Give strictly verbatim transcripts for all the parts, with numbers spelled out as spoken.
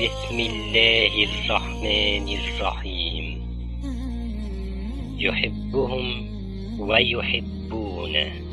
بسم الله الرحمن الرحيم. يحبهم ويحبونه.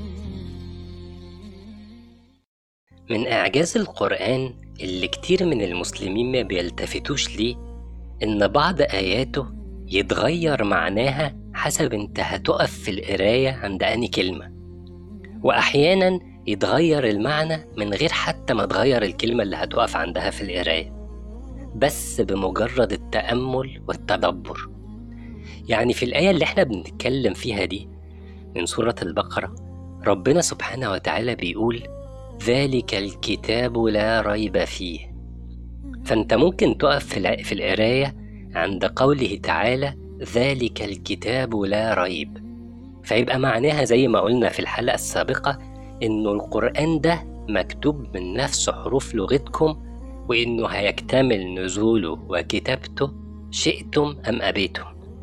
من إعجاز القرآن اللي كتير من المسلمين ما بيلتفتوش ليه إن بعض آياته يتغير معناها حسب انت هتقف في القراية عند أنهي كلمة، وأحيانا يتغير المعنى من غير حتى ما تغير الكلمة اللي هتقف عندها في القراية، بس بمجرد التأمل والتدبر. يعني في الآية اللي احنا بنتكلم فيها دي من سورة البقرة، ربنا سبحانه وتعالى بيقول ذلك الكتاب لا ريب فيه. فانت ممكن تقف في القراية عند قوله تعالى ذلك الكتاب لا ريب، فيبقى معناها زي ما قلنا في الحلقة السابقة إنه القرآن ده مكتوب من نفس حروف لغتكم، وإنه هيكتمل نزوله وكتابته شئتم أم أبيتم.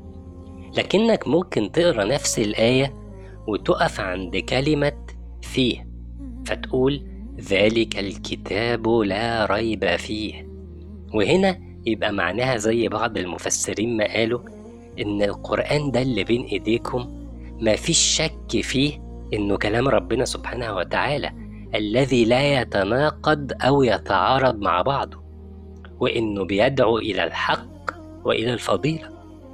لكنك ممكن تقرأ نفس الآية وتقف عند كلمة فيه فتقول ذلك الكتاب لا ريب فيه، وهنا يبقى معناها زي بعض المفسرين ما قالوا إن القرآن ده اللي بين إيديكم ما فيش شك فيه إنه كلام ربنا سبحانه وتعالى الذي لا يتناقض أو يتعارض مع بعضه، وإنه بيدعو إلى الحق وإلى الفضيلة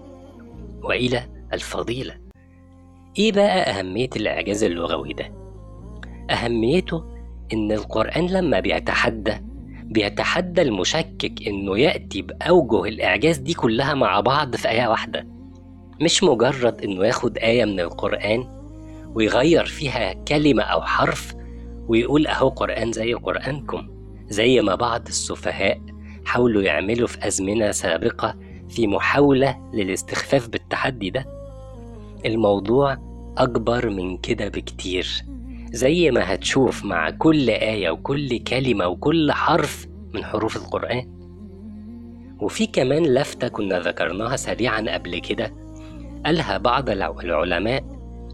وإلى الفضيلة. إيه بقى أهمية الإعجاز اللغوي ده؟ أهميته إن القرآن لما بيتحدى بيتحدى المشكك إنه يأتي بأوجه الإعجاز دي كلها مع بعض في آية واحدة، مش مجرد إنه ياخد آية من القرآن ويغير فيها كلمة أو حرف ويقول أهو قرآن زي قرآنكم، زي ما بعض السفهاء حاولوا يعملوا في أزمنة سابقة في محاولة للاستخفاف بالتحدي ده. الموضوع أكبر من كده بكتير، زي ما هتشوف مع كل آية وكل كلمة وكل حرف من حروف القرآن. وفي كمان لفتة كنا ذكرناها سريعا قبل كده قالها بعض العلماء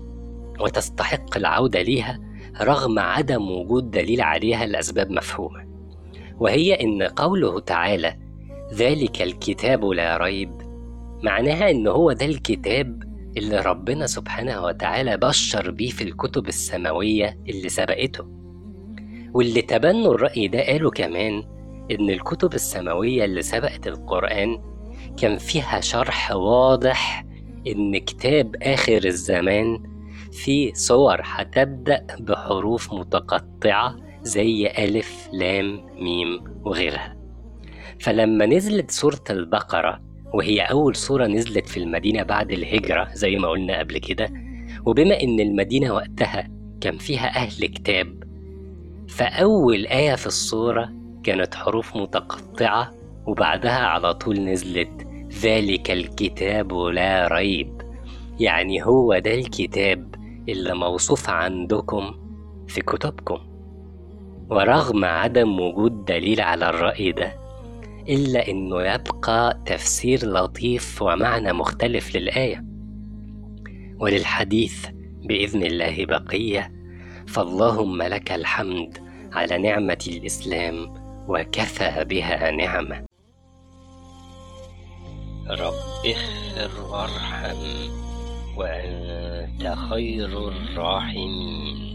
وتستحق العودة ليها رغم عدم وجود دليل عليها لأسباب مفهومة، وهي إن قوله تعالى ذلك الكتاب لا ريب معناها إن هو ده الكتاب اللي ربنا سبحانه وتعالى بشر بيه في الكتب السماوية اللي سبقته. واللي تبنوا الرأي ده قالوا كمان إن الكتب السماوية اللي سبقت القرآن كان فيها شرح واضح إن كتاب آخر الزمان فيه صور هتبدأ بحروف متقطعة زي ألف لام ميم وغيرها. فلما نزلت سورة البقرة وهي أول سورة نزلت في المدينة بعد الهجرة زي ما قلنا قبل كده، وبما إن المدينة وقتها كان فيها أهل كتاب، فأول آية في السورة كانت حروف متقطعة وبعدها على طول نزلت ذلك الكتاب لا ريب، يعني هو ده الكتاب اللي موصوف عندكم في كتبكم. ورغم عدم وجود دليل على الرأي ده إلا إنه يبقى تفسير لطيف ومعنى مختلف للآية، وللحديث بإذن الله بقية. فاللهم لك الحمد على نعمة الإسلام وكفى بها نعمة. رب اغفر وارحم وأنت خير الراحمين.